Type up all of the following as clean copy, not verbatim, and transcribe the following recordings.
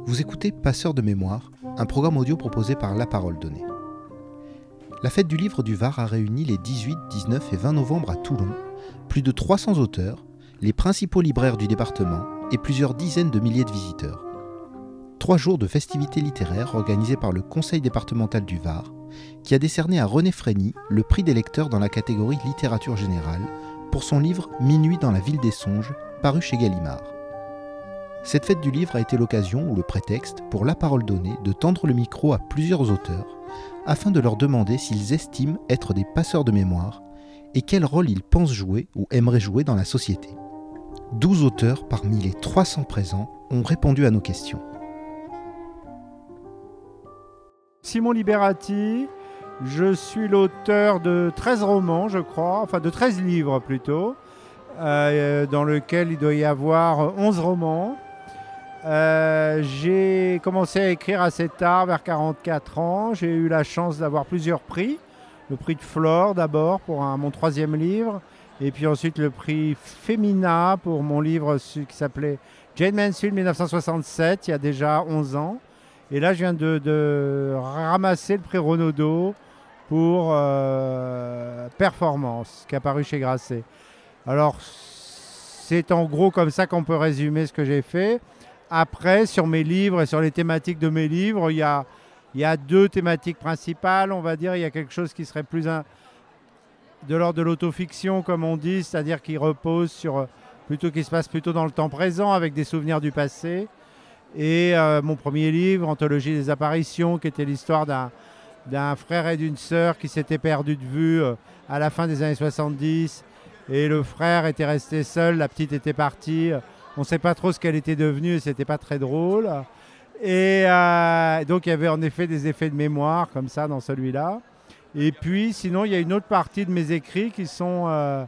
Vous écoutez Passeurs de mémoire, un programme audio proposé par La Parole Donnée. La fête du livre du Var a réuni les 18, 19 et 20 novembre à Toulon plus de 300 auteurs, les principaux libraires du département et plusieurs dizaines de milliers de visiteurs. 3 jours de festivités littéraires organisés par le Conseil départemental du Var, qui a décerné à René Frény le prix des lecteurs dans la catégorie littérature générale pour son livre Minuit dans la ville des songes, paru chez Gallimard. Cette fête du livre a été l'occasion ou le prétexte pour La Parole Donnée de tendre le micro à plusieurs auteurs afin de leur demander s'ils estiment être des passeurs de mémoire et quel rôle ils pensent jouer ou aimeraient jouer dans la société. 12 auteurs parmi les 300 présents ont répondu à nos questions. Simon Liberati, je suis l'auteur de 13 romans, je crois, enfin de 13 livres plutôt, dans lequel il doit y avoir 11 romans. J'ai commencé à écrire assez tard, vers 44 ans. J'ai eu la chance d'avoir plusieurs prix. Le prix de Flore d'abord pour mon 3e livre, et puis ensuite le prix Femina pour mon livre qui s'appelait Jane Mansfield 1967, il y a déjà 11 ans. Et là, je viens de ramasser le prix Renaudot pour Performance, qui est apparu chez Grasset. Alors, c'est en gros comme ça qu'on peut résumer ce que j'ai fait. Après, sur mes livres et sur les thématiques de mes livres, il y a 2 thématiques principales, on va dire. Il y a quelque chose qui serait plus de l'ordre de l'autofiction, comme on dit, c'est-à-dire qui repose sur qui se passe plutôt dans le temps présent, avec des souvenirs du passé. Et mon premier livre, Anthologie des apparitions, qui était l'histoire d'un frère et d'une sœur qui s'étaient perdus de vue à la fin des années 70. Et le frère était resté seul, la petite était partie. On ne sait pas trop ce qu'elle était devenue et c'était pas très drôle. Et donc il y avait en effet des effets de mémoire comme ça dans celui-là. Et puis sinon il y a une autre partie de mes écrits qui sont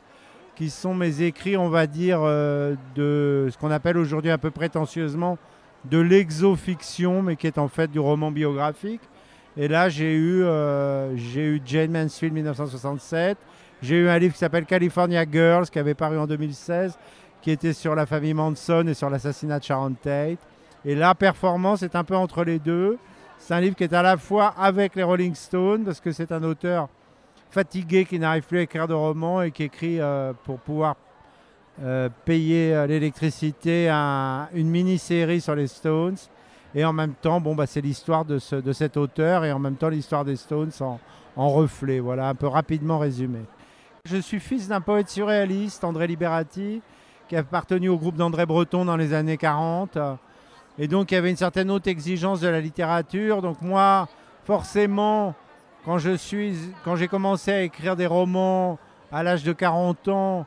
mes écrits, on va dire, de ce qu'on appelle aujourd'hui un peu prétentieusement de l'exofiction, mais qui est en fait du roman biographique. Et là j'ai eu Jane Mansfield 1967. J'ai eu un livre qui s'appelle California Girls qui avait paru en 2016, qui était sur la famille Manson et sur l'assassinat de Sharon Tate. Et là, Performance est un peu entre les deux. C'est un livre qui est à la fois avec les Rolling Stones, parce que c'est un auteur fatigué qui n'arrive plus à écrire de romans et qui écrit pour pouvoir payer l'électricité une mini-série sur les Stones. Et en même temps, c'est l'histoire de cet auteur et en même temps l'histoire des Stones en reflet. Voilà, un peu rapidement résumé. Je suis fils d'un poète surréaliste, André Liberati, qui a appartenu au groupe d'André Breton dans les années 40. Et donc, il y avait une certaine haute exigence de la littérature. Donc moi, forcément, quand j'ai commencé à écrire des romans à l'âge de 40 ans,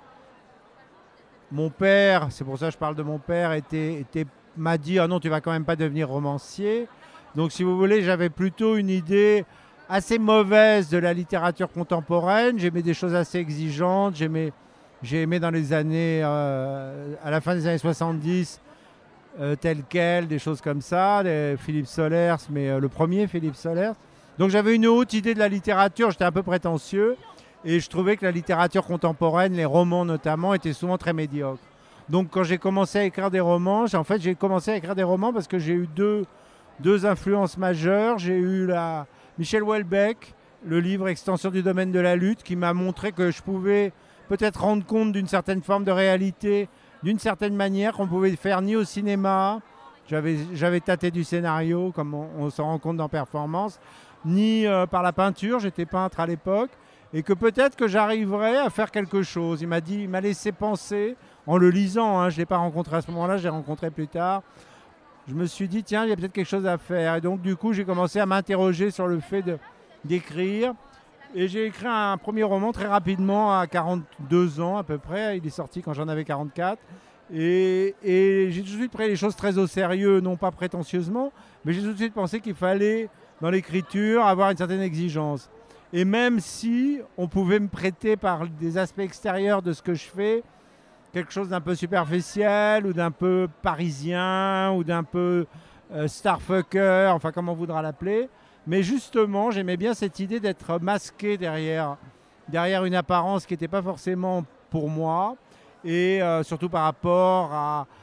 mon père, c'est pour ça que je parle de mon père, m'a dit « Ah non, tu vas quand même pas devenir romancier ». Donc, si vous voulez, j'avais plutôt une idée assez mauvaise de la littérature contemporaine. J'aimais des choses assez exigeantes. J'ai aimé dans les années, à la fin des années 70, tel quel, des choses comme ça, Philippe Solers, mais le premier Philippe Solers. Donc j'avais une haute idée de la littérature, j'étais un peu prétentieux, et je trouvais que la littérature contemporaine, les romans notamment, étaient souvent très médiocres. Donc quand j'ai commencé à écrire des romans, j'ai commencé à écrire des romans parce que j'ai eu deux influences majeures. J'ai eu Michel Houellebecq, le livre Extension du domaine de la lutte, qui m'a montré que je pouvais peut-être rendre compte d'une certaine forme de réalité, d'une certaine manière qu'on pouvait faire ni au cinéma, j'avais tâté du scénario comme on s'en rend compte dans Performance, ni par la peinture, j'étais peintre à l'époque, et que peut-être que j'arriverais à faire quelque chose. Il m'a laissé penser, en le lisant, je ne l'ai pas rencontré à ce moment-là, je l'ai rencontré plus tard. Je me suis dit, tiens, il y a peut-être quelque chose à faire. Et donc du coup, j'ai commencé à m'interroger sur le fait d'écrire. Et j'ai écrit un premier roman très rapidement, à 42 ans à peu près. Il est sorti quand j'en avais 44. Et j'ai tout de suite pris les choses très au sérieux, non pas prétentieusement, mais j'ai tout de suite pensé qu'il fallait, dans l'écriture, avoir une certaine exigence. Et même si on pouvait me prêter par des aspects extérieurs de ce que je fais, quelque chose d'un peu superficiel, ou d'un peu parisien, ou d'un peu starfucker, enfin comme on voudra l'appeler, mais justement, j'aimais bien cette idée d'être masqué derrière une apparence qui n'était pas forcément pour moi, et surtout par rapport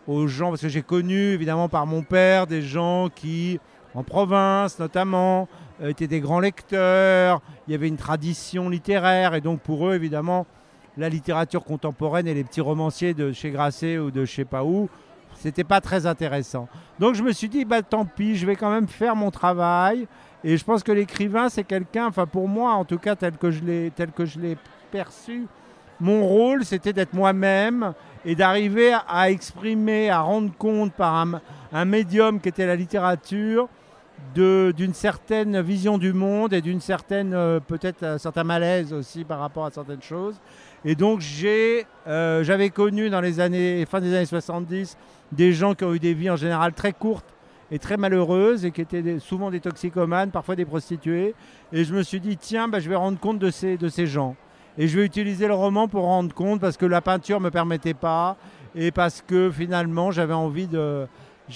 aux gens, parce que j'ai connu évidemment par mon père des gens qui, en province notamment, étaient des grands lecteurs, il y avait une tradition littéraire et donc pour eux évidemment la littérature contemporaine et les petits romanciers de chez Grasset ou de je sais pas où, c'était pas très intéressant. Donc je me suis dit, bah tant pis, je vais quand même faire mon travail. Et je pense que l'écrivain, c'est quelqu'un, enfin pour moi en tout cas, tel que je l'ai perçu, mon rôle, c'était d'être moi-même et d'arriver à exprimer, à rendre compte par un médium qui était la littérature, d'une certaine vision du monde et d'une certaine, peut-être un certain malaise aussi par rapport à certaines choses. Et donc j'avais connu dans les années, fin des années 70, des gens qui ont eu des vies en général très courtes et très malheureuses et qui étaient souvent des toxicomanes, parfois des prostituées. Et je me suis dit, tiens, bah, je vais rendre compte de ces gens. Et je vais utiliser le roman pour rendre compte parce que la peinture ne me permettait pas et parce que finalement j'avais envie de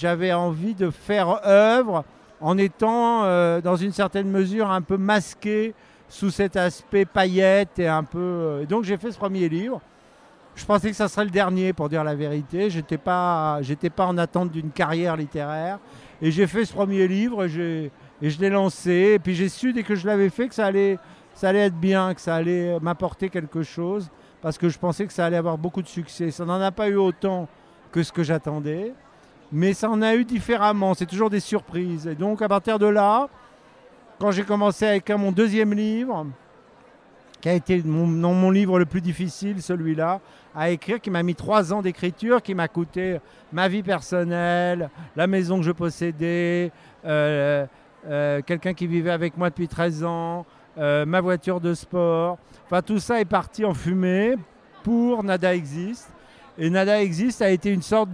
faire œuvre en étant dans une certaine mesure un peu masqué sous cet aspect paillette et un peu... Donc j'ai fait ce premier livre. Je pensais que ça serait le dernier, pour dire la vérité. J'étais pas en attente d'une carrière littéraire. Et j'ai fait ce premier livre et je l'ai lancé. Et puis j'ai su, dès que je l'avais fait, que ça allait être bien, que ça allait m'apporter quelque chose. Parce que je pensais que ça allait avoir beaucoup de succès. Ça n'en a pas eu autant que ce que j'attendais. Mais ça en a eu différemment. C'est toujours des surprises. Et donc à partir de là, quand j'ai commencé à écrire mon deuxième livre, qui a été mon livre le plus difficile, celui-là, à écrire, qui m'a mis 3 ans d'écriture, qui m'a coûté ma vie personnelle, la maison que je possédais, quelqu'un qui vivait avec moi depuis 13 ans, ma voiture de sport. Enfin, tout ça est parti en fumée pour Nada Existe. Et Nada Existe a été une sorte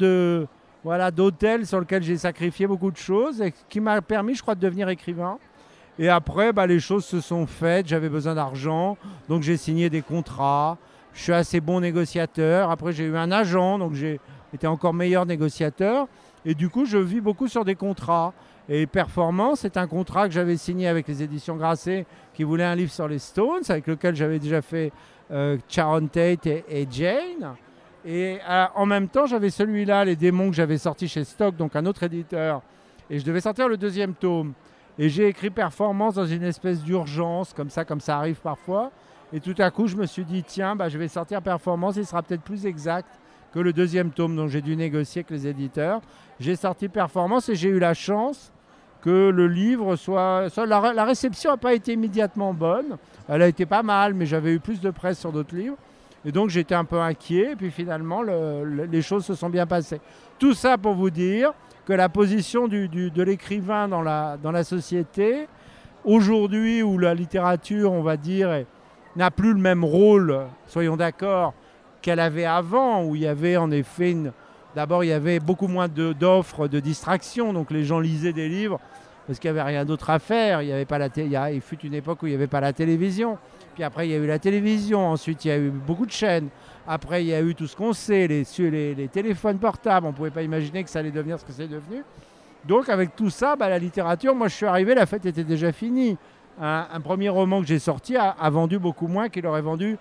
d'hôtel sur lequel j'ai sacrifié beaucoup de choses et qui m'a permis, je crois, de devenir écrivain. Et après, les choses se sont faites. J'avais besoin d'argent, donc j'ai signé des contrats. Je suis assez bon négociateur. Après, j'ai eu un agent, donc j'ai été encore meilleur négociateur. Et du coup, je vis beaucoup sur des contrats. Et Performance, c'est un contrat que j'avais signé avec les éditions Grasset qui voulaient un livre sur les Stones, avec lequel j'avais déjà fait Sharon Tate et Jane. Et en même temps, j'avais celui-là, Les Démons, que j'avais sorti chez Stock, donc un autre éditeur. Et je devais sortir le 2e tome. Et j'ai écrit Performance dans une espèce d'urgence, comme ça arrive parfois. Et tout à coup, je me suis dit, tiens, je vais sortir Performance, il sera peut-être plus exact que le 2e tome, donc j'ai dû négocier avec les éditeurs. J'ai sorti Performance et j'ai eu la chance que le livre la réception n'a pas été immédiatement bonne. Elle a été pas mal, mais j'avais eu plus de presse sur d'autres livres. Et donc j'étais un peu inquiet, et puis finalement, les choses se sont bien passées. Tout ça pour vous dire que la position de l'écrivain dans la société, aujourd'hui où la littérature, on va dire, n'a plus le même rôle, soyons d'accord, qu'elle avait avant, où il y avait en effet, d'abord il y avait beaucoup moins d'offres de distraction, donc les gens lisaient des livres parce qu'il n'y avait rien d'autre à faire. Il fut une époque où il n'y avait pas la télévision. Puis après, il y a eu la télévision. Ensuite, il y a eu beaucoup de chaînes. Après, il y a eu tout ce qu'on sait, les téléphones portables. On ne pouvait pas imaginer que ça allait devenir ce que c'est devenu. Donc, avec tout ça, la littérature, moi, je suis arrivé, la fête était déjà finie. Un premier roman que j'ai sorti a vendu beaucoup moins qu'il aurait vendu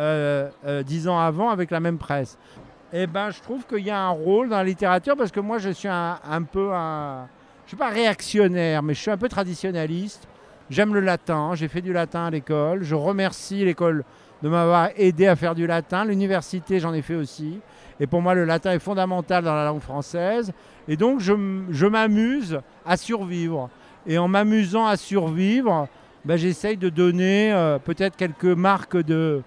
10 ans avant avec la même presse. Et je trouve qu'il y a un rôle dans la littérature parce que moi, je suis je ne suis pas réactionnaire, mais je suis un peu traditionnaliste. J'aime le latin, j'ai fait du latin à l'école. Je remercie l'école de m'avoir aidé à faire du latin. L'université, j'en ai fait aussi. Et pour moi, le latin est fondamental dans la langue française. Et donc, je m'amuse à survivre. Et en m'amusant à survivre, j'essaye de donner peut-être quelques marques des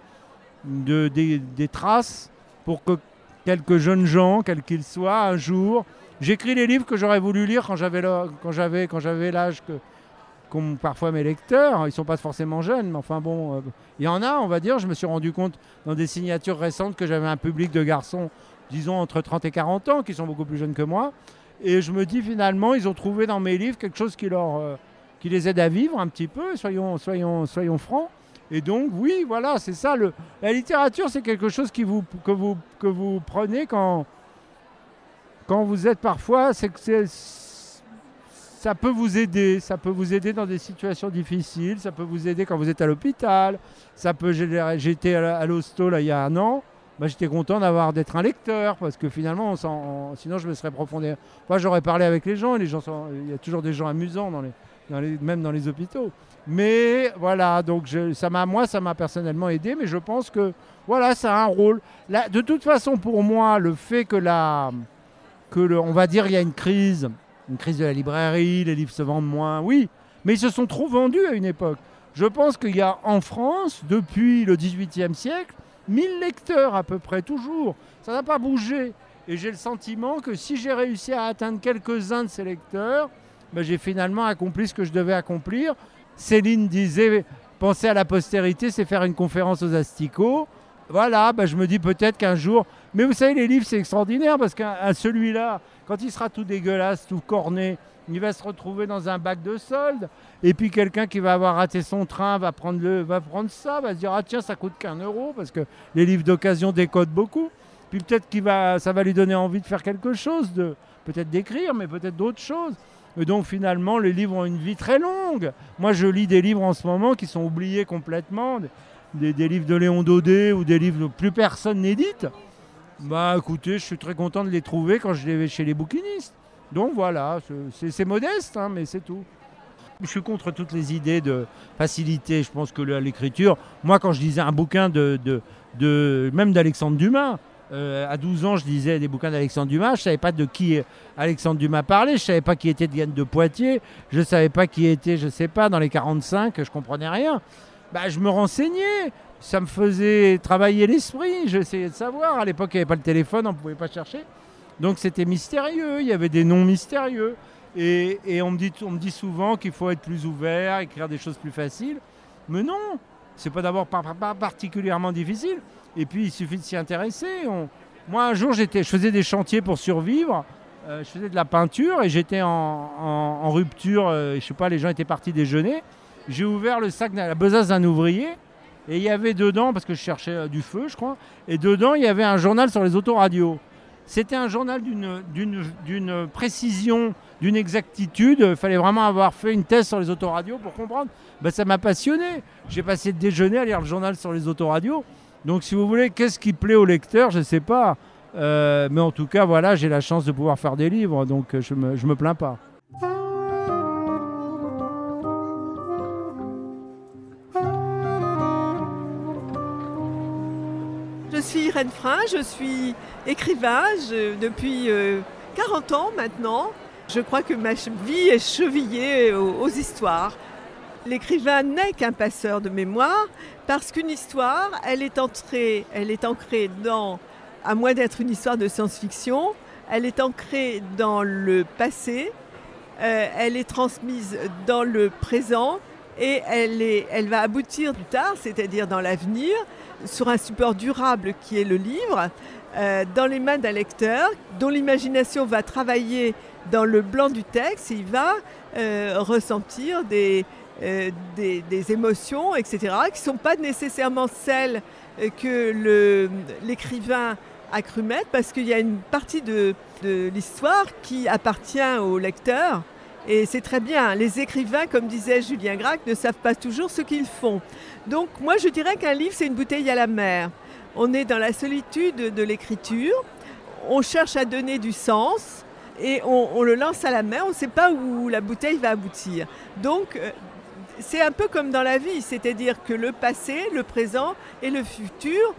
traces pour que quelques jeunes gens, quels qu'ils soient, un jour... J'écris les livres que j'aurais voulu lire quand j'avais l'âge qu'ont parfois mes lecteurs. Ils ne sont pas forcément jeunes, mais enfin bon, il y en a, on va dire. Je me suis rendu compte dans des signatures récentes que j'avais un public de garçons, disons, entre 30 et 40 ans, qui sont beaucoup plus jeunes que moi. Et je me dis finalement, ils ont trouvé dans mes livres quelque chose qui les aide à vivre un petit peu, soyons francs. Et donc, oui, voilà, c'est ça. La littérature, c'est quelque chose que vous prenez quand vous êtes parfois, ça peut vous aider. Ça peut vous aider dans des situations difficiles. Ça peut vous aider quand vous êtes à l'hôpital. J'étais à l'hosto là, il y a 1 an. j'étais content d'être un lecteur, parce que finalement, sinon je me serais profondément... Enfin, j'aurais parlé avec les gens, il y a toujours des gens amusants, même dans les hôpitaux. Mais voilà, donc ça m'a personnellement aidé, mais je pense que voilà, ça a un rôle. Là, de toute façon, pour moi, le fait on va dire il y a une crise de la librairie, les livres se vendent moins, oui, mais ils se sont trop vendus à une époque. Je pense qu'il y a en France, depuis le XVIIIe siècle, 1000 lecteurs à peu près, toujours. Ça n'a pas bougé. Et j'ai le sentiment que si j'ai réussi à atteindre quelques-uns de ces lecteurs, j'ai finalement accompli ce que je devais accomplir. Céline disait, penser à la postérité, c'est faire une conférence aux asticots. Voilà, je me dis peut-être qu'un jour... Mais vous savez, les livres, c'est extraordinaire, parce qu'à celui-là, quand il sera tout dégueulasse, tout corné, il va se retrouver dans un bac de solde. Et puis quelqu'un qui va avoir raté son train va prendre ça, va se dire « Ah tiens, ça coûte qu'1 euro », parce que les livres d'occasion décodent beaucoup. Puis peut-être ça va lui donner envie de faire quelque chose, peut-être d'écrire, mais peut-être d'autres choses. Et donc finalement, les livres ont une vie très longue. Moi, je lis des livres en ce moment qui sont oubliés complètement, des livres de Léon Daudet ou des livres que plus personne n'édite. Écoutez, je suis très content de les trouver quand je les vais chez les bouquinistes. Donc voilà, c'est modeste, hein, mais c'est tout. Je suis contre toutes les idées de facilité. Je pense que l'écriture... Moi, quand je lisais un bouquin même d'Alexandre Dumas, à 12 ans, je lisais des bouquins d'Alexandre Dumas. Je ne savais pas de qui Alexandre Dumas parlait. Je ne savais pas qui était Diane de Poitiers. Je ne savais pas qui était, je ne sais pas, dans les 45. Je ne comprenais rien. Je me renseignais. Ça me faisait travailler l'esprit. J'essayais de savoir. À l'époque, il n'y avait pas le téléphone. On ne pouvait pas chercher. Donc, c'était mystérieux. Il y avait des noms mystérieux. Et on me dit souvent qu'il faut être plus ouvert, écrire des choses plus faciles. Mais non, c'est pas d'abord pas particulièrement difficile. Et puis, il suffit de s'y intéresser. Moi, un jour, je faisais des chantiers pour survivre. Je faisais de la peinture et j'étais en rupture. Je sais pas, les gens étaient partis déjeuner. J'ai ouvert le sac, la besace d'un ouvrier. Et il y avait dedans, parce que je cherchais du feu, je crois. Et dedans, il y avait un journal sur les autoradios. C'était un journal d'une précision, d'une exactitude. Il fallait vraiment avoir fait une thèse sur les autoradios pour comprendre. Ça m'a passionné. J'ai passé le déjeuner à lire le journal sur les autoradios. Donc, si vous voulez, qu'est-ce qui plaît au lecteur, je ne sais pas. Mais en tout cas, voilà, j'ai la chance de pouvoir faire des livres. Donc, je me plains pas. Je suis Irène Frein, je suis écrivain depuis 40 ans maintenant. Je crois que ma vie est chevillée aux histoires. L'écrivain n'est qu'un passeur de mémoire parce qu'une histoire, elle est ancrée dans, à moins d'être une histoire de science-fiction, elle est ancrée dans le passé, elle est transmise dans le présent et elle va aboutir plus tard, c'est-à-dire dans l'avenir, sur un support durable qui est le livre, dans les mains d'un lecteur dont l'imagination va travailler dans le blanc du texte et il va ressentir des émotions, etc., qui ne sont pas nécessairement celles que l'écrivain a cru mettre, parce qu'il y a une partie de l'histoire qui appartient au lecteur. Et c'est très bien. Les écrivains, comme disait Julien Gracq, ne savent pas toujours ce qu'ils font. Donc moi, je dirais qu'un livre, c'est une bouteille à la mer. On est dans la solitude de l'écriture, on cherche à donner du sens et on le lance à la mer, on ne sait pas où la bouteille va aboutir. Donc c'est un peu comme dans la vie, c'est-à-dire que le passé, le présent et le futur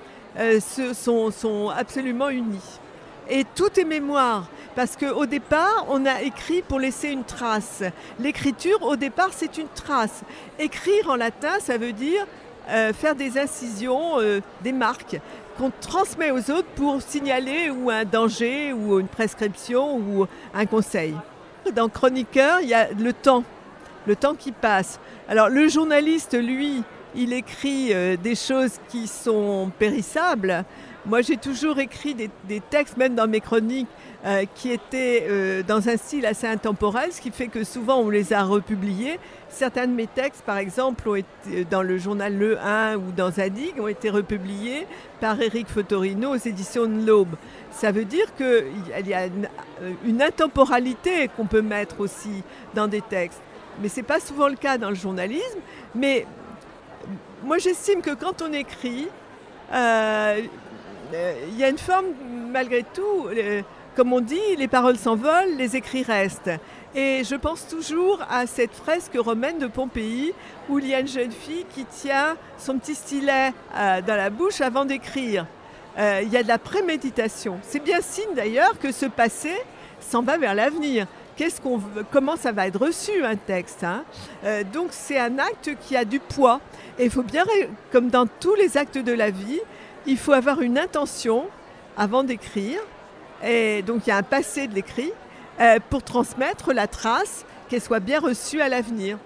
sont absolument unis. Et tout est mémoire, parce qu'au départ, on a écrit pour laisser une trace. L'écriture, au départ, c'est une trace. Écrire en latin, ça veut dire faire des incisions, des marques, qu'on transmet aux autres pour signaler ou un danger, ou une prescription, ou un conseil. Dans Chroniqueur, il y a le temps qui passe. Alors le journaliste, lui, il écrit des choses qui sont périssables. Moi, j'ai toujours écrit des textes, même dans mes chroniques, qui étaient dans un style assez intemporel, ce qui fait que souvent, on les a republiés. Certains de mes textes, par exemple, ont été dans le journal Le 1 ou dans Zadig, ont été republiés par Éric Fotorino aux éditions de l'Aube. Ça veut dire qu'il y a une intemporalité qu'on peut mettre aussi dans des textes. Mais ce n'est pas souvent le cas dans le journalisme. Mais moi, j'estime que quand on écrit, il y a une forme, malgré tout, comme on dit, les paroles s'envolent, les écrits restent. Et je pense toujours à cette fresque romaine de Pompéi où il y a une jeune fille qui tient son petit stylet dans la bouche avant d'écrire. Il y a de la préméditation. C'est bien signe d'ailleurs que ce passé s'en va vers l'avenir. Comment ça va être reçu un texte, hein. Donc c'est un acte qui a du poids. Et il faut bien, comme dans tous les actes de la vie, il faut avoir une intention avant d'écrire. Et donc il y a un passé de l'écrit pour transmettre la trace, qu'elle soit bien reçue à l'avenir.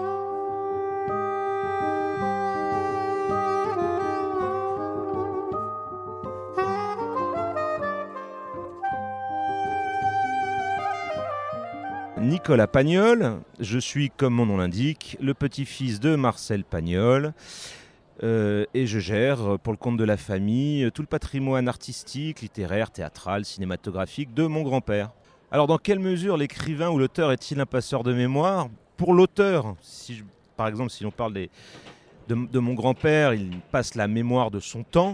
Nicolas Pagnol, je suis, comme mon nom l'indique, le petit-fils de Marcel Pagnol et je gère, pour le compte de la famille, tout le patrimoine artistique, littéraire, théâtral, cinématographique de mon grand-père. Alors dans quelle mesure l'écrivain ou l'auteur est-il un passeur de mémoire ? Pour l'auteur, par exemple si l'on parle de mon grand-père, il passe la mémoire de son temps,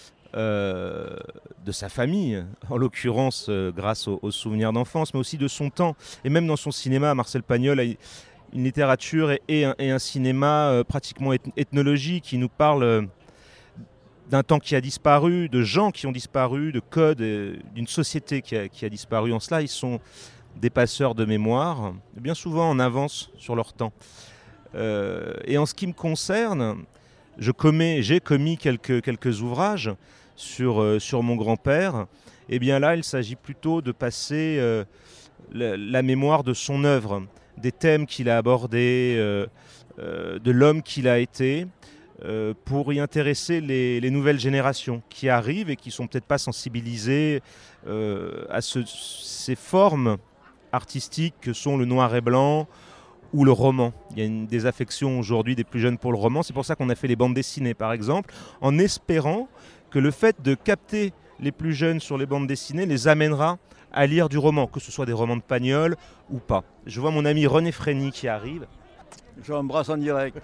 de sa famille, en l'occurrence grâce aux souvenirs d'enfance, mais aussi de son temps. Et même dans son cinéma, Marcel Pagnol a une littérature et un cinéma pratiquement ethnologique qui nous parle d'un temps qui a disparu, de gens qui ont disparu, de codes, d'une société qui a disparu. En cela, ils sont des passeurs de mémoire, bien souvent en avance sur leur temps. Et en ce qui me concerne, j'ai commis quelques ouvrages sur mon grand-père. Et bien là, il s'agit plutôt de passer la mémoire de son œuvre, des thèmes qu'il a abordés, de l'homme qu'il a été, pour y intéresser les nouvelles générations qui arrivent et qui ne sont peut-être pas sensibilisées à ces formes artistiques que sont le noir et blanc ou le roman. Il y a une désaffection aujourd'hui des plus jeunes pour le roman. C'est pour ça qu'on a fait les bandes dessinées, par exemple, en espérant que le fait de capter les plus jeunes sur les bandes dessinées les amènera à lire du roman, que ce soit des romans de Pagnol ou pas. Je vois mon ami René Frény qui arrive. Je l'embrasse en direct.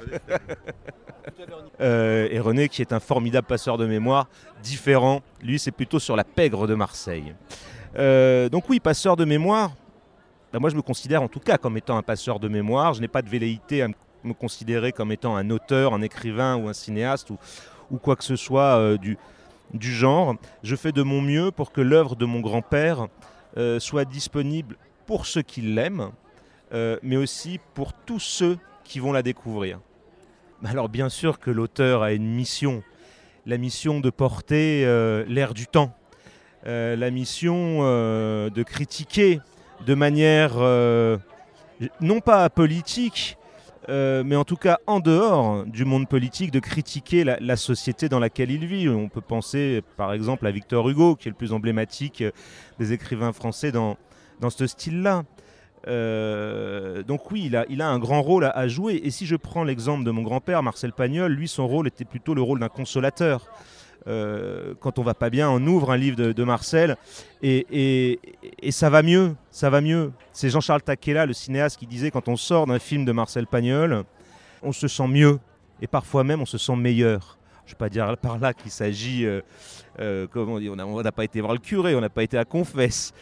Et René qui est un formidable passeur de mémoire, différent. Lui, c'est plutôt sur la pègre de Marseille. Donc oui, passeur de mémoire. Moi, je me considère en tout cas comme étant un passeur de mémoire. Je n'ai pas de velléité à me considérer comme étant un auteur, un écrivain ou un cinéaste ou quoi que ce soit du genre. Je fais de mon mieux pour que l'œuvre de mon grand-père soit disponible pour ceux qui l'aiment, mais aussi pour tous ceux qui vont la découvrir. Alors bien sûr que l'auteur a une mission, la mission de porter l'air du temps, la mission de critiquer de manière non pas apolitique, mais en tout cas en dehors du monde politique, de critiquer la société dans laquelle il vit. On peut penser par exemple à Victor Hugo, qui est le plus emblématique des écrivains français dans ce style-là. Donc oui, il a un grand rôle à jouer. Et si je prends l'exemple de mon grand-père, Marcel Pagnol, lui, son rôle était plutôt le rôle d'un consolateur. Quand on va pas bien, on ouvre un livre de Marcel et ça va mieux, ça va mieux. C'est Jean-Charles Taquella, le cinéaste, qui disait quand on sort d'un film de Marcel Pagnol, on se sent mieux et parfois même on se sent meilleur. Je ne vais pas dire par là qu'il s'agit, comment on dit, on n'a pas été voir le curé, on n'a pas été à confesse.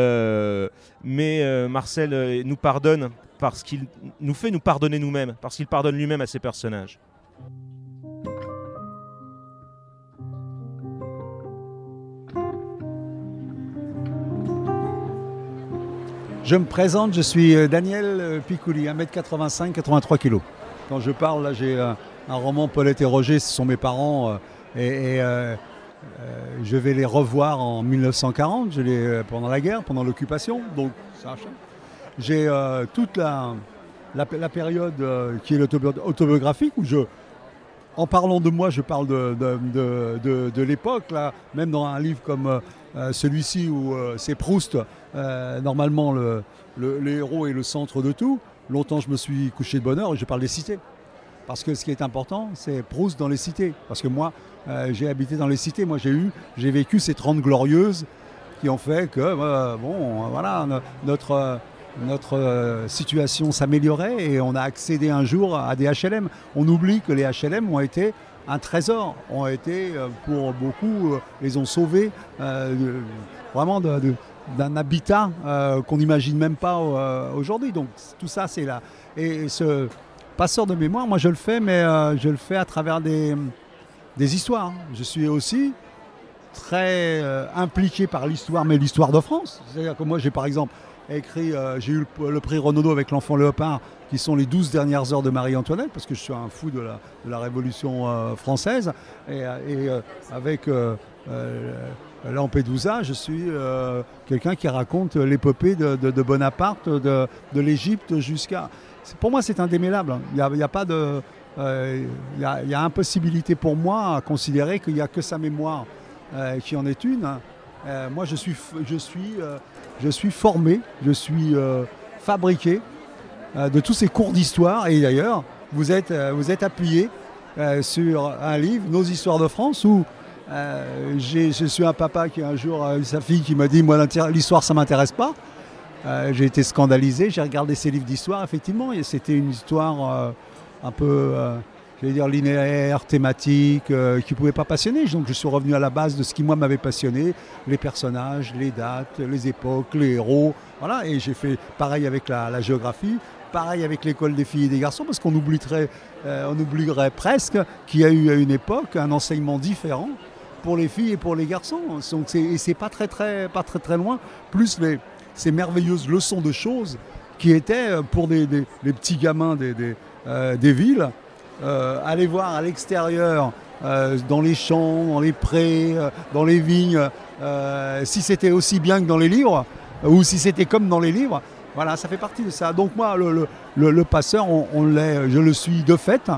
Mais Marcel nous pardonne parce qu'il nous fait nous pardonner nous-mêmes, parce qu'il pardonne lui-même à ses personnages. Je me présente, je suis Daniel Picouli, 1m85, 83 kg. Quand je parle, là, j'ai un roman, Paulette et Roger, ce sont mes parents. Je vais les revoir en 1940, pendant la guerre, pendant l'occupation. Donc, j'ai toute la période qui est l'autobiographique, où en parlant de moi, je parle de l'époque, là, même dans un livre comme celui-ci où c'est Proust, normalement le héros est le centre de tout. Longtemps, je me suis couché de bonne heure et je parle des cités. Parce que ce qui est important, c'est Proust dans les cités. Parce que moi, j'ai habité dans les cités. Moi, j'ai vécu ces 30 glorieuses qui ont fait que, voilà, notre situation s'améliorait et on a accédé un jour à des HLM. On oublie que les HLM ont été un trésor, ont été pour beaucoup, les ont sauvés vraiment d'un habitat qu'on n'imagine même pas aujourd'hui. Donc tout ça, c'est là. Et ce passeur de mémoire, moi je le fais, mais je le fais à travers des histoires. Je suis aussi très impliqué par l'histoire, mais l'histoire de France. C'est-à-dire que moi j'ai par exemple écrit, j'ai eu le prix Renaudot avec l'Enfant Léopard, qui sont les 12 dernières heures de Marie-Antoinette, parce que je suis un fou de la Révolution française. Et avec Lampedusa, je suis quelqu'un qui raconte l'épopée de Bonaparte, de l'Égypte jusqu'à... Pour moi, c'est indémêlable. Il y a pas de... Il y a impossibilité pour moi à considérer qu'il n'y a que sa mémoire qui en est une. Moi, je suis formé, je suis fabriqué de tous ces cours d'histoire. Et d'ailleurs, vous êtes appuyé sur un livre, Nos histoires de France, où je suis un papa qui un jour a eu sa fille qui m'a dit « Moi, l'histoire, ça ne m'intéresse pas ». J'ai été scandalisé, j'ai regardé ces livres d'histoire, effectivement, et c'était une histoire un peu, j'allais dire, linéaire, thématique, qui ne pouvait pas passionner. Donc je suis revenu à la base de ce qui, moi, m'avait passionné, les personnages, les dates, les époques, les héros. Voilà, et j'ai fait pareil avec la géographie, pareil avec l'école des filles et des garçons, parce qu'on oublierait presque qu'il y a eu à une époque un enseignement différent pour les filles et pour les garçons. Donc et c'est pas très loin, plus ces merveilleuses leçons de choses qui étaient pour les petits gamins des villes, aller voir à l'extérieur, dans les champs, dans les prés, dans les vignes, si c'était aussi bien que dans les livres, ou si c'était comme dans les livres. Voilà, ça fait partie de ça. Donc moi, le passeur, je le suis de fait.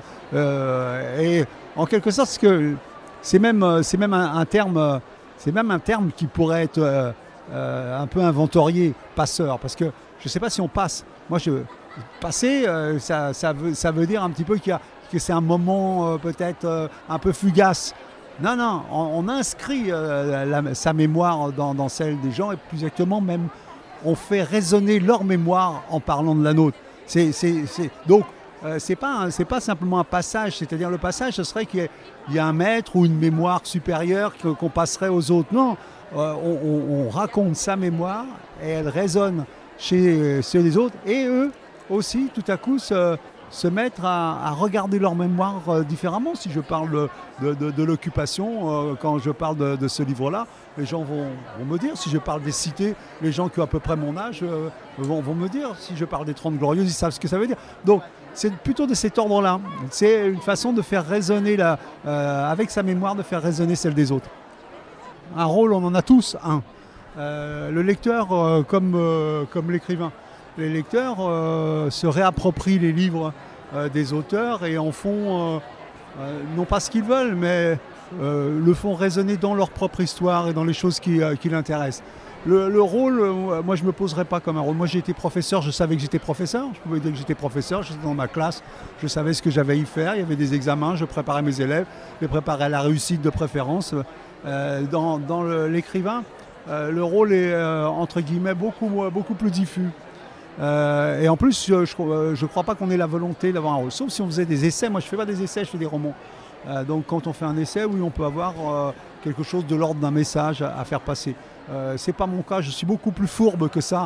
Et en quelque sorte, c'est même un terme qui pourrait être un peu inventorié, passeur, parce que je ne sais pas si on passe. Moi, passer, ça veut dire un petit peu que c'est un moment peut-être un peu fugace. Non, on inscrit sa mémoire dans celle des gens, et plus exactement même, on fait résonner leur mémoire en parlant de la nôtre. Donc, c'est pas simplement un passage, c'est-à-dire le passage, ce serait qu'il y a un maître ou une mémoire supérieure qu'on passerait aux autres. Non, on raconte sa mémoire et elle résonne chez ceux des autres, et eux aussi, tout à coup, se mettre à regarder leur mémoire différemment. Si je parle de l'occupation, quand je parle de ce livre-là, les gens vont me dire. Si je parle des cités, les gens qui ont à peu près mon âge vont me dire. Si je parle des 30 Glorieuses, ils savent ce que ça veut dire. Donc, c'est plutôt de cet ordre-là. C'est une façon de faire résonner, avec sa mémoire, de faire résonner celle des autres. Un rôle, on en a tous un. Le lecteur comme l'écrivain. Les lecteurs se réapproprient les livres des auteurs et en font, non pas ce qu'ils veulent, mais le font résonner dans leur propre histoire et dans les choses qui l'intéressent. Le rôle, moi je ne me poserais pas comme un rôle. Moi j'ai été professeur, je savais que j'étais professeur, je pouvais dire que j'étais professeur, j'étais dans ma classe, je savais ce que j'avais à y faire, il y avait des examens, je préparais mes élèves, je les préparais à la réussite de préférence. Dans l'écrivain, le rôle est entre guillemets beaucoup plus diffus. Et en plus, je crois pas qu'on ait la volonté d'avoir un rôle, sauf si on faisait des essais. Moi je fais pas des essais, je fais des romans. Donc quand on fait un essai, oui, on peut avoir quelque chose de l'ordre d'un message à faire passer. C'est pas mon cas, je suis beaucoup plus fourbe que ça.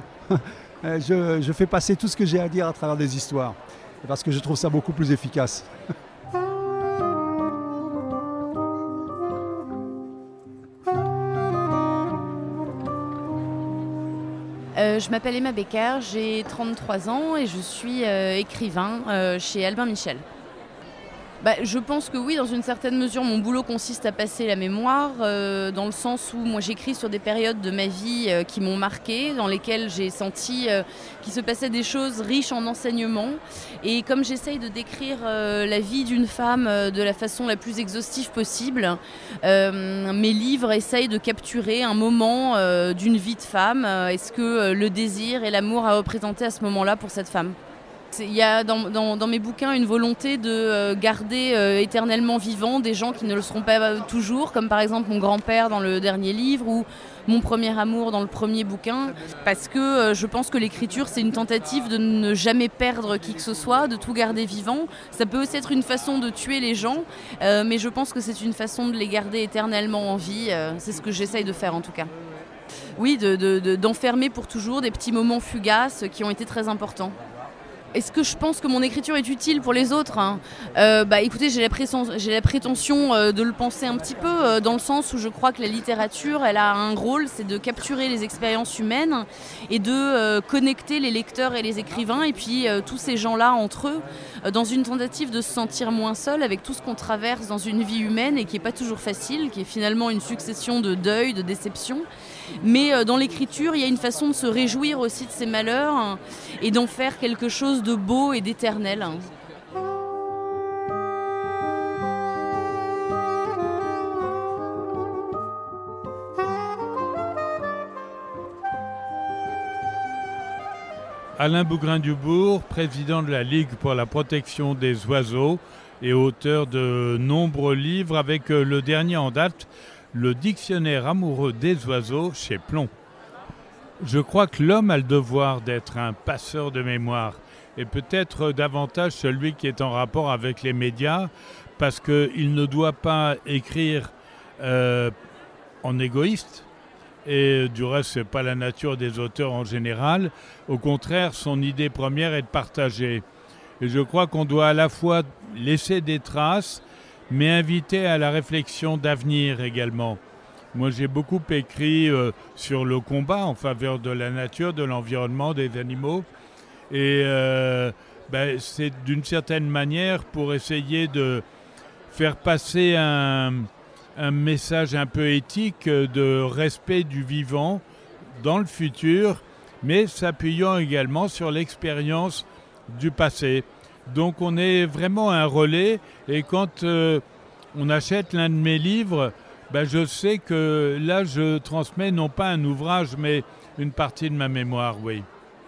Je fais passer tout ce que j'ai à dire à travers des histoires, parce que je trouve ça beaucoup plus efficace. Je m'appelle Emma Becker, j'ai 33 ans et je suis écrivain chez Albin Michel. Je pense que oui, dans une certaine mesure, mon boulot consiste à passer la mémoire, dans le sens où moi j'écris sur des périodes de ma vie qui m'ont marquée, dans lesquelles j'ai senti qu'il se passait des choses riches en enseignements. Et comme j'essaye de décrire la vie d'une femme de la façon la plus exhaustive possible, mes livres essayent de capturer un moment d'une vie de femme. Est-ce que le désir et l'amour a représenté à ce moment-là pour cette femme ? Il y a dans mes bouquins une volonté de garder éternellement vivants des gens qui ne le seront pas toujours, comme par exemple mon grand-père dans le dernier livre ou mon premier amour dans le premier bouquin, parce que je pense que l'écriture, c'est une tentative de ne jamais perdre qui que ce soit, de tout garder vivant. Ça peut aussi être une façon de tuer les gens, mais je pense que c'est une façon de les garder éternellement en vie. C'est ce que j'essaye de faire en tout cas. Oui, d'enfermer pour toujours des petits moments fugaces qui ont été très importants. Est-ce que je pense que mon écriture est utile pour les autres, hein? Écoutez, j'ai la prétention de le penser un petit peu, dans le sens où je crois que la littérature, elle a un rôle, c'est de capturer les expériences humaines et de connecter les lecteurs et les écrivains, et puis tous ces gens-là entre eux, dans une tentative de se sentir moins seul avec tout ce qu'on traverse dans une vie humaine et qui n'est pas toujours facile, qui est finalement une succession de deuils, de déceptions. Mais dans l'écriture, il y a une façon de se réjouir aussi de ces malheurs et d'en faire quelque chose de beau et d'éternel. Alain Bougrain-Dubourg, président de la Ligue pour la protection des oiseaux et auteur de nombreux livres avec le dernier en date, le dictionnaire amoureux des oiseaux chez Plomb. Je crois que l'homme a le devoir d'être un passeur de mémoire et peut-être davantage celui qui est en rapport avec les médias parce qu'il ne doit pas écrire en égoïste et du reste ce n'est pas la nature des auteurs en général. Au contraire, son idée première est de partager. Et je crois qu'on doit à la fois laisser des traces mais inviter à la réflexion d'avenir également. Moi, j'ai beaucoup écrit sur le combat en faveur de la nature, de l'environnement, des animaux. Et c'est d'une certaine manière pour essayer de faire passer un message un peu éthique de respect du vivant dans le futur, mais s'appuyant également sur l'expérience du passé. Donc on est vraiment un relais et quand on achète l'un de mes livres, je sais que là je transmets non pas un ouvrage mais une partie de ma mémoire, oui.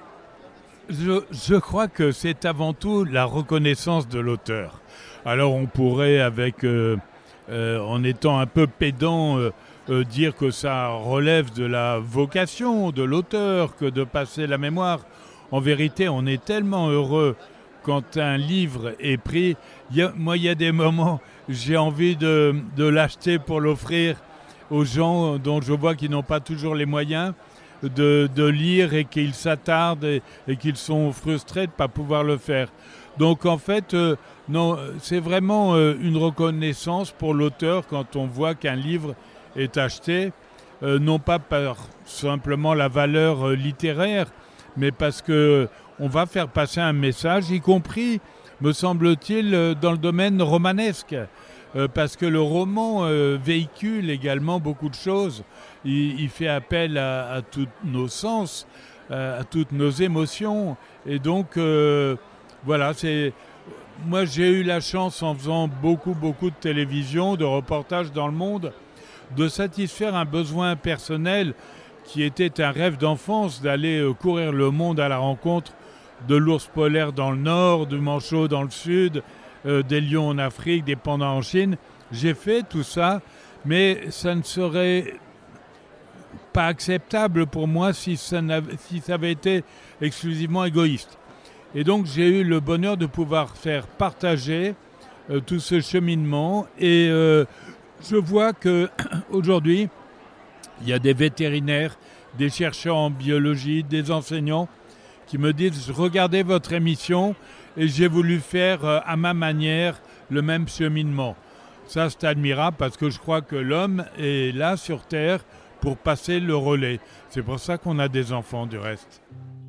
Je crois que c'est avant tout la reconnaissance de l'auteur. Alors on pourrait en étant un peu pédant dire que ça relève de la vocation de l'auteur que de passer la mémoire. En vérité, on est tellement heureux quand un livre est pris. Il y a des moments, j'ai envie de l'acheter pour l'offrir aux gens dont je vois qu'ils n'ont pas toujours les moyens de lire et qu'ils s'attardent et qu'ils sont frustrés de ne pas pouvoir le faire. Donc en fait, non, c'est vraiment une reconnaissance pour l'auteur quand on voit qu'un livre est acheté, non pas par simplement la valeur littéraire, mais parce qu'on va faire passer un message, y compris, me semble-t-il, dans le domaine romanesque. Parce que le roman véhicule également beaucoup de choses. Il fait appel à tous nos sens, à toutes nos émotions. Et donc, voilà, moi j'ai eu la chance, en faisant beaucoup de télévision, de reportages dans le monde, de satisfaire un besoin personnel qui était un rêve d'enfance, d'aller courir le monde à la rencontre de l'ours polaire dans le nord, du manchot dans le sud, des lions en Afrique, des pandas en Chine. J'ai fait tout ça, mais ça ne serait pas acceptable pour moi si ça avait été exclusivement égoïste. Et donc j'ai eu le bonheur de pouvoir faire partager tout ce cheminement. Et je vois qu'aujourd'hui, il y a des vétérinaires, des chercheurs en biologie, des enseignants qui me disent « Regardez votre émission » et j'ai voulu faire à ma manière le même cheminement. Ça, c'est admirable parce que je crois que l'homme est là sur Terre pour passer le relais. C'est pour ça qu'on a des enfants du reste.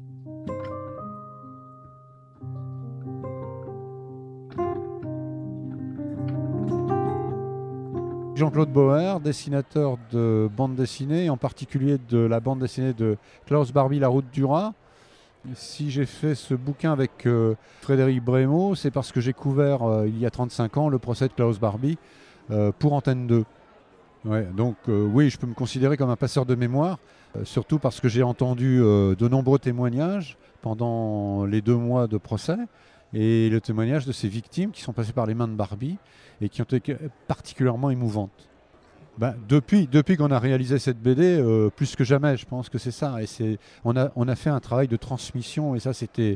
Jean-Claude Bauer, dessinateur de bande dessinée, en particulier de la bande dessinée de Klaus Barbie, La Route du Rat. Si j'ai fait ce bouquin avec Frédéric Brémaud, c'est parce que j'ai couvert il y a 35 ans le procès de Klaus Barbie pour Antenne 2. Ouais, donc oui, je peux me considérer comme un passeur de mémoire, surtout parce que j'ai entendu de nombreux témoignages pendant les 2 mois de procès, et le témoignage de ces victimes qui sont passées par les mains de Barbie et qui ont été particulièrement émouvantes. Depuis qu'on a réalisé cette BD, plus que jamais, je pense que c'est ça. Et on a fait un travail de transmission, et ça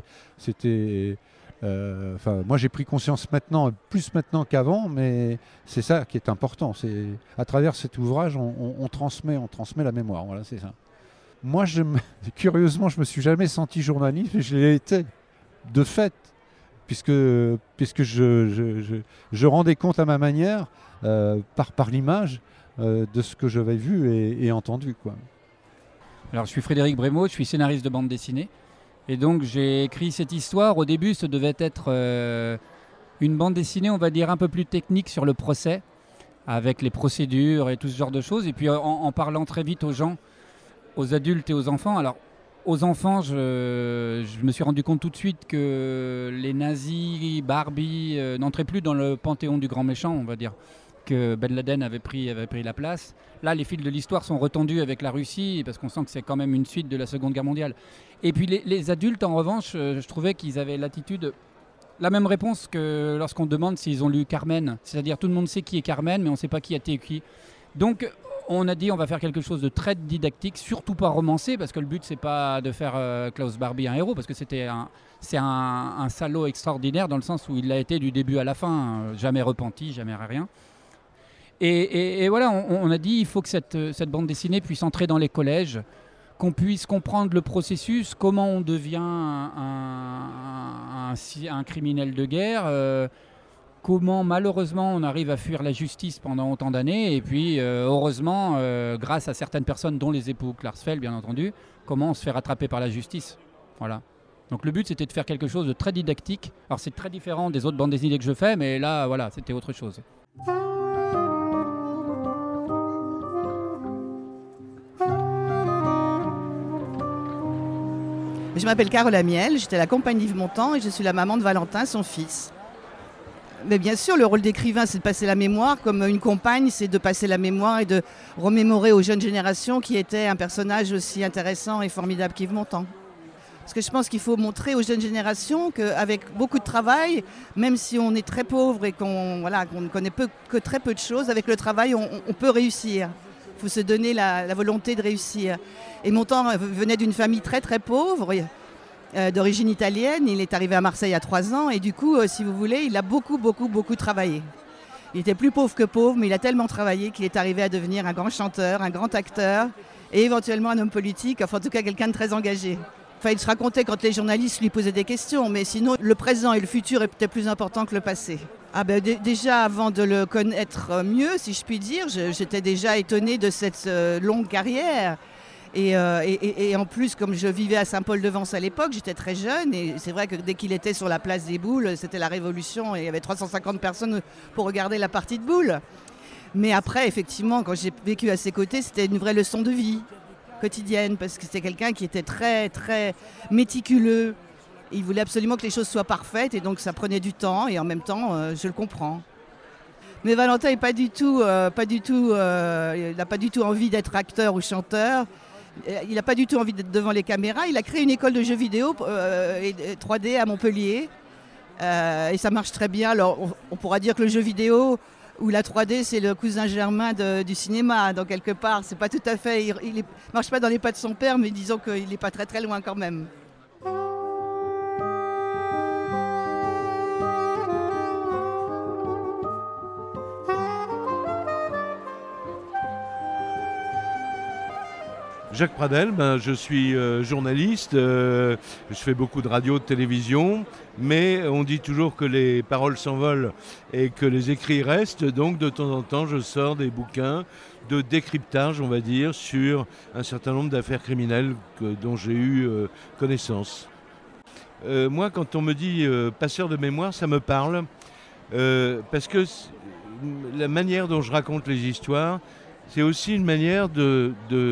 moi j'ai pris conscience maintenant, plus maintenant qu'avant, mais c'est ça qui est important. C'est à travers cet ouvrage, on transmet la mémoire. Voilà, c'est ça. Moi, curieusement, je me suis jamais senti journaliste, mais je l'ai été de fait, puisque je rendais compte à ma manière, par l'image, de ce que j'avais vu et entendu, quoi. Alors, je suis Frédéric Brémaud, je suis scénariste de bande dessinée. Et donc, j'ai écrit cette histoire. Au début, ça devait être une bande dessinée, on va dire, un peu plus technique sur le procès, avec les procédures et tout ce genre de choses. Et puis, en parlant très vite aux gens, aux adultes et aux enfants. Alors, aux enfants, je me suis rendu compte tout de suite que les nazis, Barbie, n'entraient plus dans le panthéon du grand méchant, on va dire, que Ben Laden avait pris la place. Là, les fils de l'histoire sont retendus avec la Russie, parce qu'on sent que c'est quand même une suite de la Seconde Guerre mondiale. Et puis les adultes, en revanche, je trouvais qu'ils avaient l'attitude, la même réponse que lorsqu'on demande s'ils ont lu Carmen. C'est-à-dire, tout le monde sait qui est Carmen, mais on ne sait pas qui a été qui. Donc, on a dit on va faire quelque chose de très didactique, surtout pas romancé, parce que le but c'est pas de faire Klaus Barbie un héros, parce que c'est un salaud extraordinaire dans le sens où il l'a été du début à la fin, jamais repenti, jamais rien. Et voilà, on a dit il faut que cette bande dessinée puisse entrer dans les collèges, qu'on puisse comprendre le processus, comment on devient un criminel de guerre, comment malheureusement on arrive à fuir la justice pendant autant d'années, et puis heureusement, grâce à certaines personnes, dont les époux Klarsfeld bien entendu, comment on se fait rattraper par la justice. Voilà. Donc le but c'était de faire quelque chose de très didactique. Alors c'est très différent des autres bandes dessinées que je fais, mais là voilà, c'était autre chose. Je m'appelle Carole Amiel, j'étais à la compagnie Yves Montand et je suis la maman de Valentin, son fils. Mais bien sûr, le rôle d'écrivain, c'est de passer la mémoire, comme une compagne, c'est de passer la mémoire et de remémorer aux jeunes générations qui était un personnage aussi intéressant et formidable qu'Yves Montand. Parce que je pense qu'il faut montrer aux jeunes générations qu'avec beaucoup de travail, même si on est très pauvre et qu'on ne connaît que très peu de choses, avec le travail, on peut réussir. Il faut se donner la volonté de réussir. Et Montand venait d'une famille très très pauvre, d'origine italienne. Il est arrivé à Marseille à 3 ans et du coup, si vous voulez, il a beaucoup travaillé. Il était plus pauvre que pauvre, mais il a tellement travaillé qu'il est arrivé à devenir un grand chanteur, un grand acteur et éventuellement un homme politique, enfin en tout cas quelqu'un de très engagé. Enfin, il se racontait quand les journalistes lui posaient des questions, mais sinon le présent et le futur étaient plus importants que le passé. Déjà avant de le connaître mieux, si je puis dire, j'étais déjà étonnée de cette longue carrière. Et en plus, comme je vivais à Saint-Paul-de-Vence à l'époque, j'étais très jeune et c'est vrai que dès qu'il était sur la place des boules, c'était la révolution et il y avait 350 personnes pour regarder la partie de boules. Mais après, effectivement, quand j'ai vécu à ses côtés, c'était une vraie leçon de vie quotidienne parce que c'était quelqu'un qui était très, très méticuleux. Il voulait absolument que les choses soient parfaites et donc ça prenait du temps et en même temps, je le comprends. Mais Valentin n'a pas du tout envie d'être acteur ou chanteur. Il n'a pas du tout envie d'être devant les caméras. Il a créé une école de jeux vidéo 3D à Montpellier. Et ça marche très bien. Alors, on pourra dire que le jeu vidéo ou la 3D, c'est le cousin germain du cinéma. Donc, quelque part, c'est pas tout à fait... Il ne marche pas dans les pas de son père, mais disons qu'il n'est pas très très loin quand même. Jacques Pradel, je suis journaliste, je fais beaucoup de radio, de télévision, mais on dit toujours que les paroles s'envolent et que les écrits restent, donc de temps en temps je sors des bouquins de décryptage, on va dire, sur un certain nombre d'affaires criminelles dont j'ai eu connaissance. Moi, quand on me dit passeur de mémoire, ça me parle, parce que la manière dont je raconte les histoires, c'est aussi une manière de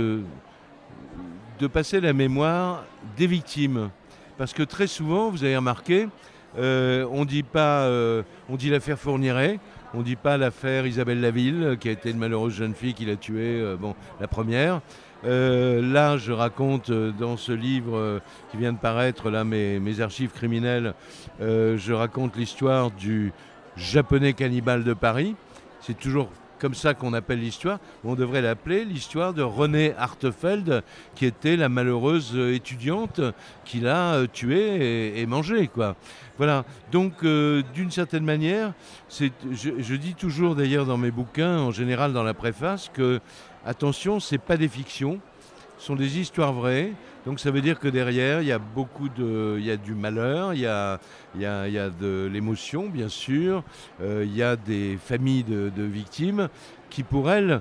passer la mémoire des victimes. Parce que très souvent, vous avez remarqué, on dit l'affaire Fourniret, On ne dit pas l'affaire Isabelle Laville, qui a été une malheureuse jeune fille qui l'a tuée, la première. Là, je raconte dans ce livre qui vient de paraître, là, mes archives criminelles, je raconte l'histoire du japonais cannibale de Paris. C'est toujours comme ça qu'on appelle l'histoire. On devrait l'appeler l'histoire de Renée Hartefeld, qui était la malheureuse étudiante qui l'a tuée et mangée, quoi. Voilà. Donc, d'une certaine manière, je dis toujours d'ailleurs dans mes bouquins, en général dans la préface, que attention, c'est pas des fictions, ce sont des histoires vraies. Donc ça veut dire que derrière, il y a du malheur, il y a de l'émotion, bien sûr, il y a des familles de victimes qui, pour elles,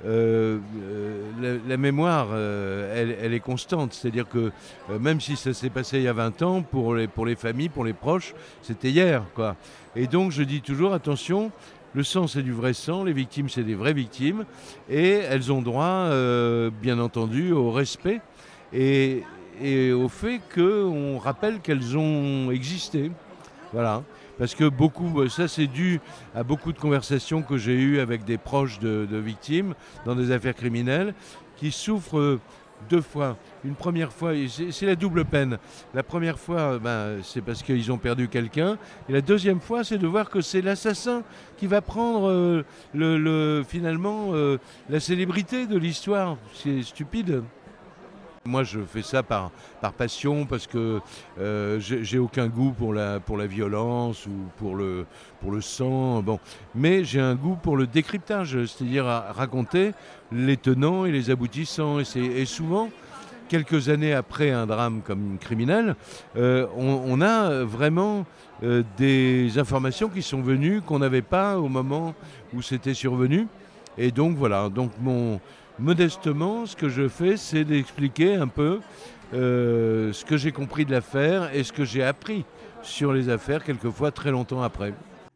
la mémoire, elle est constante. C'est-à-dire que même si ça s'est passé il y a 20 ans, pour les familles, pour les proches, c'était hier, quoi. Et donc je dis toujours, attention, le sang, c'est du vrai sang, les victimes, c'est des vraies victimes, et elles ont droit, bien entendu, au respect et au fait qu'on rappelle qu'elles ont existé. Voilà. Parce que ça c'est dû à beaucoup de conversations que j'ai eues avec des proches de victimes dans des affaires criminelles qui souffrent deux fois. Une première fois, c'est la double peine. La première fois, c'est parce qu'ils ont perdu quelqu'un. Et la deuxième fois, c'est de voir que c'est l'assassin qui va prendre finalement la célébrité de l'histoire. C'est stupide. Moi, je fais ça par passion parce que j'ai aucun goût pour la violence ou pour le sang. Bon. Mais j'ai un goût pour le décryptage, c'est-à-dire à raconter les tenants et les aboutissants. Et souvent, quelques années après un drame comme Criminel, on a vraiment des informations qui sont venues qu'on n'avait pas au moment où c'était survenu. Et donc voilà, modestement, ce que je fais, c'est d'expliquer un peu ce que j'ai compris de l'affaire et ce que j'ai appris sur les affaires, quelquefois très longtemps après.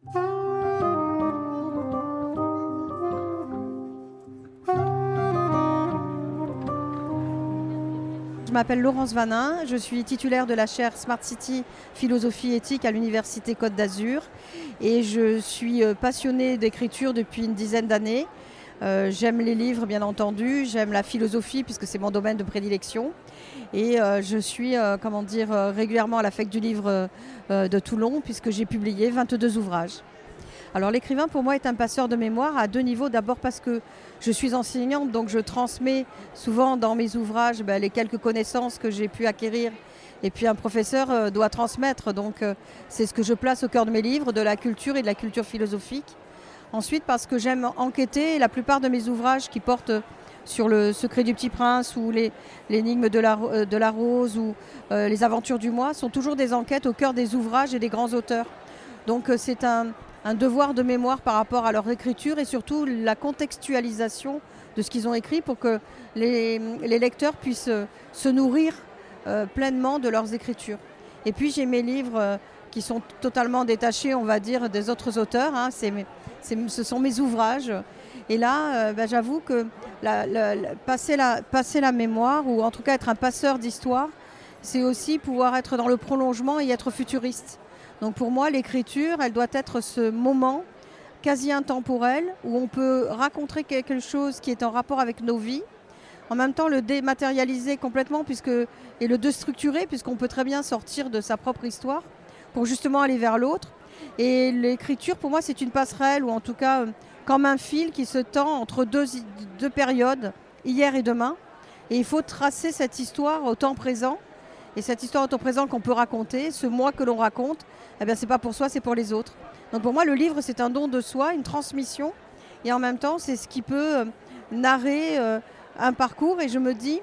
Je m'appelle Laurence Vanin, je suis titulaire de la chaire Smart City Philosophie éthique à l'Université Côte d'Azur et je suis passionnée d'écriture depuis une dizaine d'années. J'aime les livres, bien entendu, j'aime la philosophie puisque c'est mon domaine de prédilection et je suis régulièrement à la Fête du livre de Toulon puisque j'ai publié 22 ouvrages. Alors l'écrivain pour moi est un passeur de mémoire à deux niveaux. D'abord parce que je suis enseignante, donc je transmets souvent dans mes ouvrages les quelques connaissances que j'ai pu acquérir. Et puis un professeur doit transmettre, donc c'est ce que je place au cœur de mes livres, de la culture et de la culture philosophique. Ensuite parce que j'aime enquêter, la plupart de mes ouvrages qui portent sur le secret du petit prince ou l'énigme de la rose ou les aventures du mois sont toujours des enquêtes au cœur des ouvrages et des grands auteurs. Donc c'est un devoir de mémoire par rapport à leur écriture et surtout la contextualisation de ce qu'ils ont écrit pour que les lecteurs puissent se nourrir pleinement de leurs écritures. Et puis j'ai mes livres qui sont totalement détachés, on va dire, des autres auteurs. Ce sont mes ouvrages. Et là, j'avoue que passer la mémoire, ou en tout cas être un passeur d'histoire, c'est aussi pouvoir être dans le prolongement et être futuriste. Donc pour moi, l'écriture, elle doit être ce moment quasi intemporel où on peut raconter quelque chose qui est en rapport avec nos vies, en même temps le dématérialiser complètement et le déstructurer, puisqu'on peut très bien sortir de sa propre histoire pour justement aller vers l'autre. Et l'écriture, pour moi, c'est une passerelle, ou en tout cas comme un fil qui se tend entre deux périodes, hier et demain. Et il faut tracer cette histoire au temps présent. Et cette histoire au temps présent qu'on peut raconter, ce moi que l'on raconte, c'est pas pour soi, c'est pour les autres. Donc pour moi, le livre, c'est un don de soi, une transmission. Et en même temps, c'est ce qui peut narrer un parcours. Et je me dis,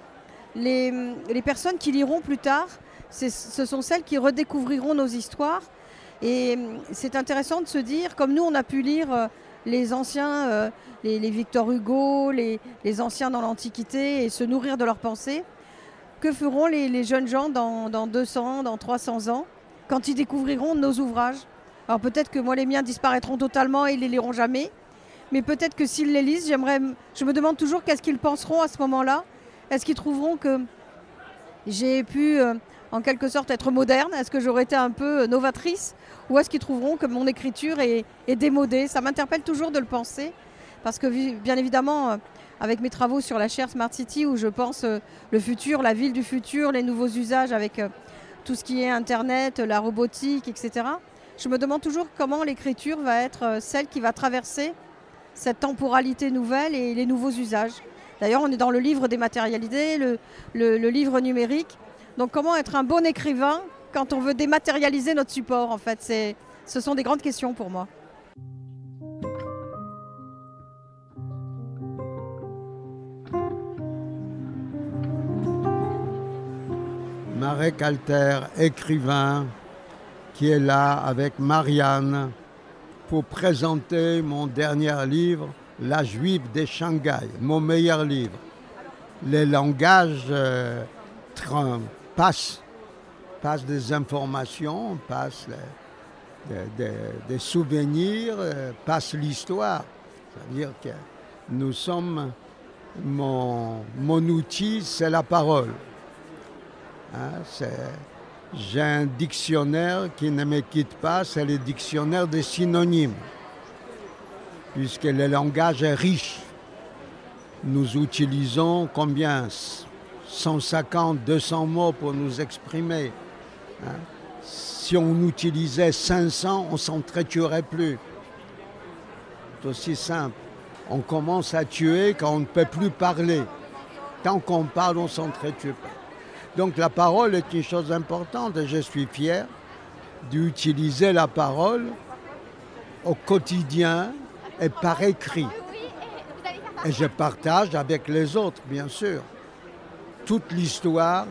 les personnes qui liront plus tard, ce sont celles qui redécouvriront nos histoires. Et c'est intéressant de se dire, comme nous, on a pu lire les anciens, les Victor Hugo, les anciens dans l'Antiquité, et se nourrir de leurs pensées. Que feront les jeunes gens dans 200, dans 300 ans, quand ils découvriront nos ouvrages? Alors peut-être que moi, les miens disparaîtront totalement et ils ne les liront jamais. Mais peut-être que s'ils les lisent, je me demande toujours qu'est-ce qu'ils penseront à ce moment-là. Est-ce qu'ils trouveront que j'ai pu en quelque sorte être moderne? Est-ce que j'aurais été un peu novatrice? Ou est-ce qu'ils trouveront que mon écriture est démodée? Ça m'interpelle toujours de le penser, parce que bien évidemment, avec mes travaux sur la chaire Smart City, où je pense le futur, la ville du futur, les nouveaux usages avec tout ce qui est Internet, la robotique, etc. Je me demande toujours comment l'écriture va être celle qui va traverser cette temporalité nouvelle et les nouveaux usages. D'ailleurs, on est dans le livre dématérialisé, le livre numérique. Donc comment être un bon écrivain quand on veut dématérialiser notre support, en fait? Ce sont des grandes questions pour moi. Marek Alter, écrivain, qui est là avec Marianne pour présenter mon dernier livre, La Juive de Shanghai, mon meilleur livre. Les langages passent des informations, passent des souvenirs, passent l'histoire. C'est-à-dire que nous sommes, mon outil, c'est la parole. Hein, j'ai un dictionnaire qui ne me quitte pas, c'est le dictionnaire des synonymes, puisque le langage est riche. Nous utilisons combien? 150, 200 mots pour nous exprimer. Hein? Si on utilisait 500, on ne s'entretuerait plus. C'est aussi simple. On commence à tuer quand on ne peut plus parler. Tant qu'on parle, on ne s'entretue pas. Donc la parole est une chose importante et je suis fier d'utiliser la parole au quotidien et par écrit. Et je partage avec les autres, bien sûr. Toute l'histoire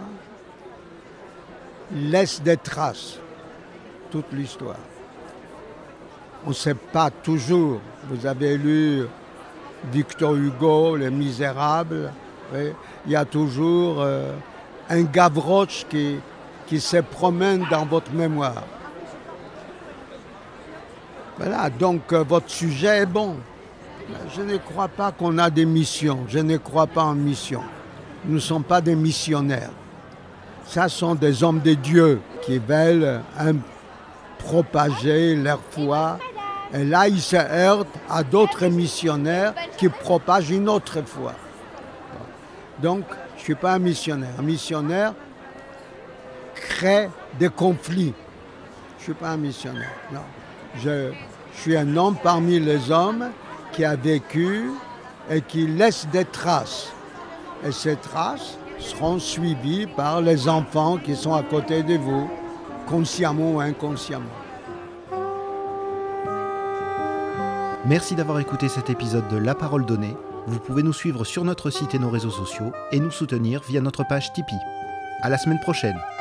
laisse des traces. Toute l'histoire. On ne sait pas toujours. Vous avez lu Victor Hugo, Les Misérables. Oui. Il y a toujours un Gavroche qui se promène dans votre mémoire. Voilà, donc votre sujet est bon. Je ne crois pas qu'on a des missions. Je ne crois pas en mission. Nous ne sommes pas des missionnaires. Ça sont des hommes de Dieu qui veulent propager leur foi. Et là, ils se heurtent à d'autres missionnaires qui propagent une autre foi. Donc, je ne suis pas un missionnaire. Un missionnaire crée des conflits. Je ne suis pas un missionnaire, non. Je suis un homme parmi les hommes qui a vécu et qui laisse des traces. Et ces traces seront suivies par les enfants qui sont à côté de vous, consciemment ou inconsciemment. Merci d'avoir écouté cet épisode de La Parole Donnée. Vous pouvez nous suivre sur notre site et nos réseaux sociaux et nous soutenir via notre page Tipeee. À la semaine prochaine.